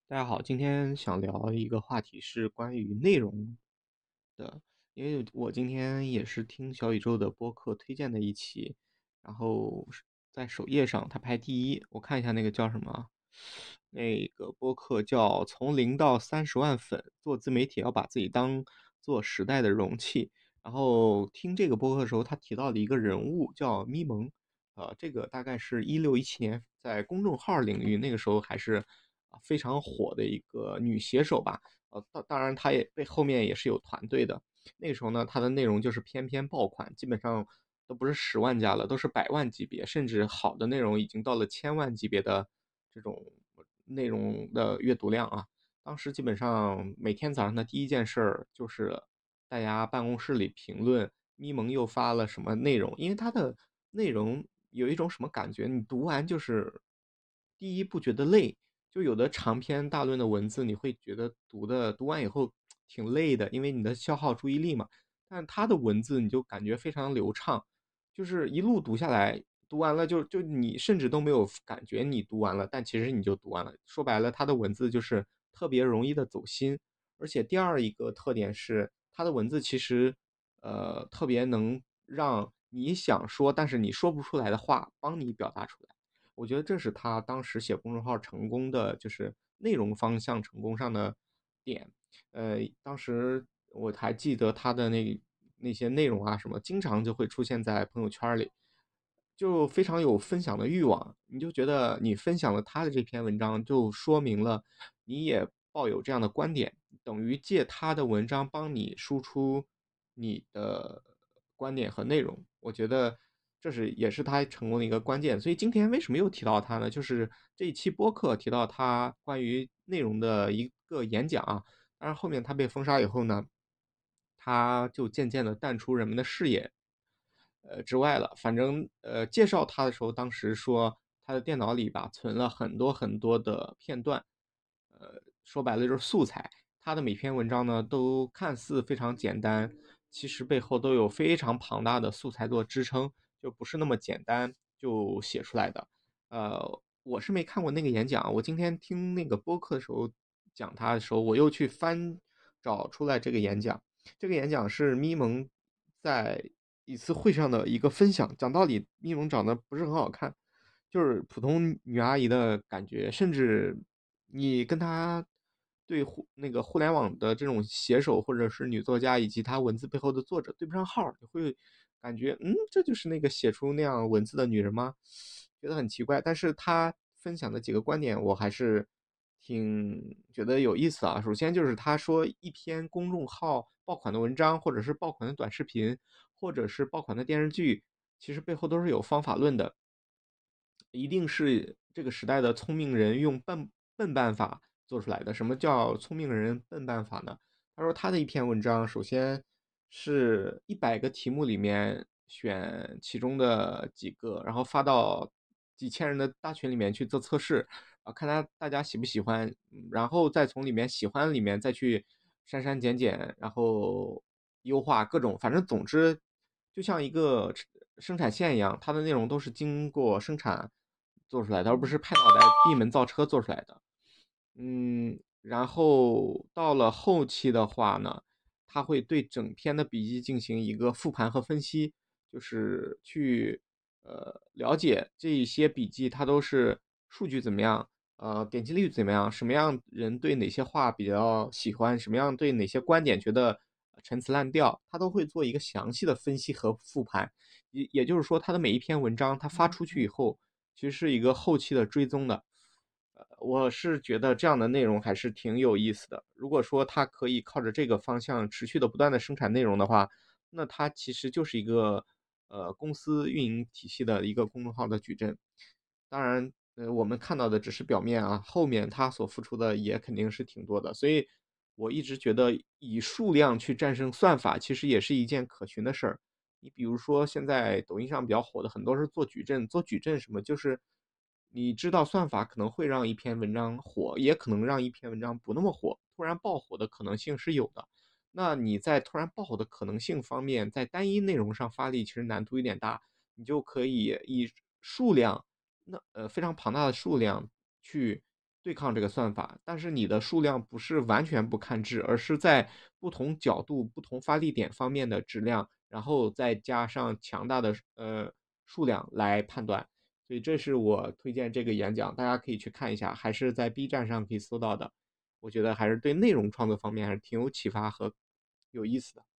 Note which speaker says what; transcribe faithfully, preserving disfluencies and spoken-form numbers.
Speaker 1: 大家好，今天想聊一个话题是关于内容的，因为我今天也是听小宇宙的播客推荐的一期，然后是在首页上它排第一，我看一下那个叫什么啊，那个播客叫《从零到三十万粉，做自媒体要把自己当做时代的容器》。然后听这个播客的时候，他提到了一个人物叫咪蒙，呃，这个大概是一六一七年在公众号领域，那个时候还是啊非常火的一个女写手吧。呃，当当然她也背后面也是有团队的。那个时候呢，她的内容就是篇篇爆款，基本上都不是十万加了，都是百万级别，甚至好的内容已经到了千万级别的这种内容的阅读量啊。当时基本上每天早上的第一件事儿就是大家办公室里评论咪蒙又发了什么内容，因为它的内容有一种什么感觉，你读完就是第一不觉得累，就有的长篇大论的文字你会觉得读的读完以后挺累的，因为你的消耗注意力嘛。但它的文字你就感觉非常流畅，就是一路读下来，读完了就就你甚至都没有感觉你读完了，但其实你就读完了。说白了，它的文字就是特别容易的走心。而且第二一个特点是，它的文字其实，呃，特别能让你想说，但是你说不出来的话，帮你表达出来。我觉得这是他当时写公众号成功的，就是内容方向成功上的点。呃，当时我还记得他的那那些内容啊什么，经常就会出现在朋友圈里，就非常有分享的欲望。你就觉得你分享了他的这篇文章，就说明了你也抱有这样的观点，等于借他的文章帮你输出你的观点和内容。我觉得这是也是他成功的一个关键。所以今天为什么又提到他呢？就是这一期播客提到他关于内容的一个演讲啊，当然后面他被封杀以后呢，他就渐渐的淡出人们的视野，呃之外了。反正呃介绍他的时候，当时说他的电脑里吧存了很多很多的片段，呃说白了就是素材。他的每篇文章呢都看似非常简单，其实背后都有非常庞大的素材做支撑，就不是那么简单就写出来的。呃，我是没看过那个演讲，我今天听那个播客的时候讲他的时候，我又去翻找出来这个演讲。这个演讲是咪蒙在一次会上的一个分享。讲道理，咪蒙长得不是很好看，就是普通女阿姨的感觉，甚至你跟她对互那个互联网的这种写手或者是女作家以及她文字背后的作者对不上号，你会感觉嗯，这就是那个写出那样文字的女人吗？觉得很奇怪。但是她分享的几个观点，我还是挺觉得有意思啊。首先就是他说一篇公众号爆款的文章，或者是爆款的短视频，或者是爆款的电视剧，其实背后都是有方法论的。一定是这个时代的聪明人用笨笨办法做出来的。什么叫聪明人笨办法呢？他说他的一篇文章，首先是一百个题目里面选其中的几个，然后发到几千人的大群里面去做测试，啊，看他大家喜不喜欢，嗯然后再从里面喜欢里面再去删删减减，然后优化各种，反正总之就像一个生产线一样，它的内容都是经过生产做出来的，而不是拍脑袋闭门造车做出来的。嗯，然后到了后期的话呢，他会对整篇的笔记进行一个复盘和分析，就是去呃了解这一些笔记它都是数据怎么样，呃点击率怎么样，什么样人对哪些话比较喜欢，什么样对哪些观点觉得陈词滥调，他都会做一个详细的分析和复盘。也也就是说，他的每一篇文章他发出去以后，其实是一个后期的追踪的。呃，我是觉得这样的内容还是挺有意思的。如果说它可以靠着这个方向持续的不断的生产内容的话，那它其实就是一个呃公司运营体系的一个公众号的矩阵。当然，呃，我们看到的只是表面啊，后面它所付出的也肯定是挺多的。所以我一直觉得以数量去战胜算法，其实也是一件可行的事儿。你比如说现在抖音上比较火的很多是做矩阵，做矩阵什么就是你知道算法可能会让一篇文章火，也可能让一篇文章不那么火，突然爆火的可能性是有的。那你在突然爆火的可能性方面，在单一内容上发力，其实难度有点大，你就可以以数量，那呃非常庞大的数量去对抗这个算法，但是你的数量不是完全不看质，而是在不同角度、不同发力点方面的质量，然后再加上强大的呃数量来判断。所以这是我推荐这个演讲，大家可以去看一下，还是在 B 站上可以搜到的。我觉得还是对内容创作方面还是挺有启发和有意思的。